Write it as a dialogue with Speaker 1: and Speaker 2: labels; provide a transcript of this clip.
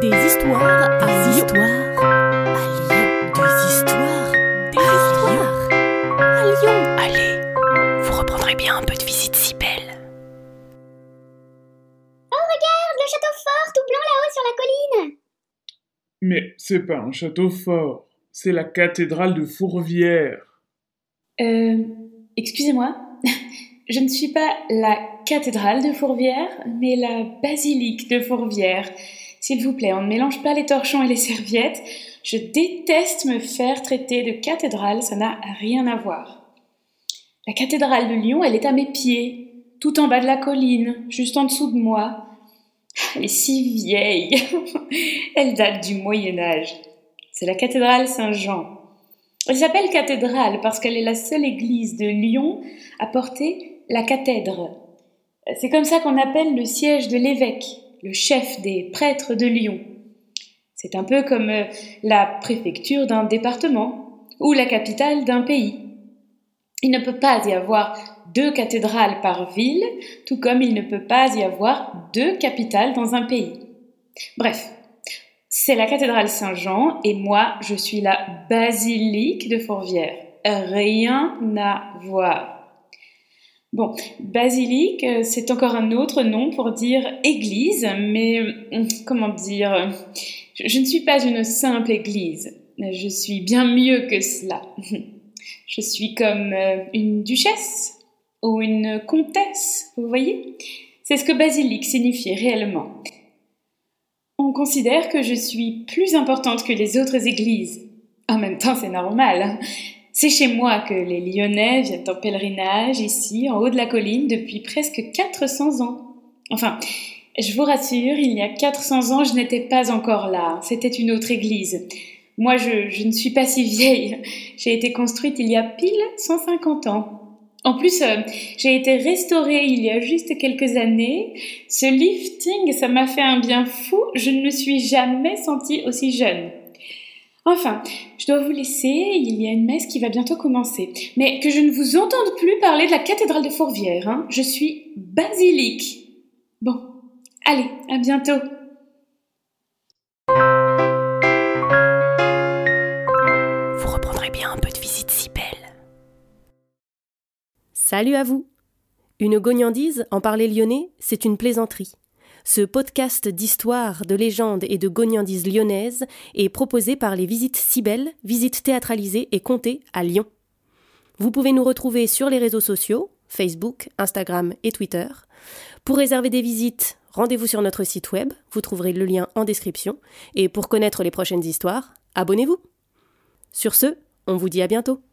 Speaker 1: histoires à Lyon. Allez, vous reprendrez bien un peu de visite si belle.
Speaker 2: Oh, regarde, le château fort tout blanc là-haut sur la colline.
Speaker 3: Mais c'est pas un château fort, c'est la cathédrale de Fourvière.
Speaker 4: Excusez-moi, je ne suis pas la cathédrale de Fourvière, mais la basilique de Fourvière. S'il vous plaît, on ne mélange pas les torchons et les serviettes. Je déteste me faire traiter de cathédrale, ça n'a rien à voir. La cathédrale de Lyon, elle est à mes pieds, tout en bas de la colline, juste en dessous de moi. Elle est si vieille, elle date du Moyen-Âge. C'est la cathédrale Saint-Jean. Elle s'appelle cathédrale parce qu'elle est la seule église de Lyon à porter la cathèdre. C'est comme ça qu'on appelle le siège de l'évêque, le chef des prêtres de Lyon. C'est un peu comme la préfecture d'un département ou la capitale d'un pays. Il ne peut pas y avoir 2 cathédrales par ville, tout comme il ne peut pas y avoir 2 capitales dans un pays. Bref, c'est la cathédrale Saint-Jean et moi, je suis la basilique de Fourvière. Rien à voir. Bon, basilique, c'est encore un autre nom pour dire église, mais comment dire, je ne suis pas une simple église. Je suis bien mieux que cela. Je suis comme une duchesse ou une comtesse, vous voyez ? C'est ce que basilique signifie réellement. On considère que je suis plus importante que les autres églises. En même temps, c'est normal. C'est chez moi que les Lyonnais viennent en pèlerinage ici, en haut de la colline, depuis presque 400 ans. Enfin, je vous rassure, il y a 400 ans, je n'étais pas encore là. C'était une autre église. Moi, je ne suis pas si vieille. J'ai été construite il y a pile 150 ans. En plus, j'ai été restaurée il y a juste quelques années. Ce lifting, ça m'a fait un bien fou. Je ne me suis jamais sentie aussi jeune. Enfin, je dois vous laisser, il y a une messe qui va bientôt commencer. Mais que je ne vous entende plus parler de la cathédrale de Fourvière, hein. Je suis basilique. Bon, allez, à bientôt.
Speaker 1: Vous reprendrez bien un peu de visite si belle.
Speaker 5: Salut à vous! Une gognandise, en parler lyonnais, c'est une plaisanterie. Ce podcast d'histoire, de légendes et de gognandises lyonnaises est proposé par les Visites si belles, visites théâtralisées et contées à Lyon. Vous pouvez nous retrouver sur les réseaux sociaux, Facebook, Instagram et Twitter. Pour réserver des visites, rendez-vous sur notre site web, vous trouverez le lien en description. Et pour connaître les prochaines histoires, abonnez-vous. Sur ce, on vous dit à bientôt.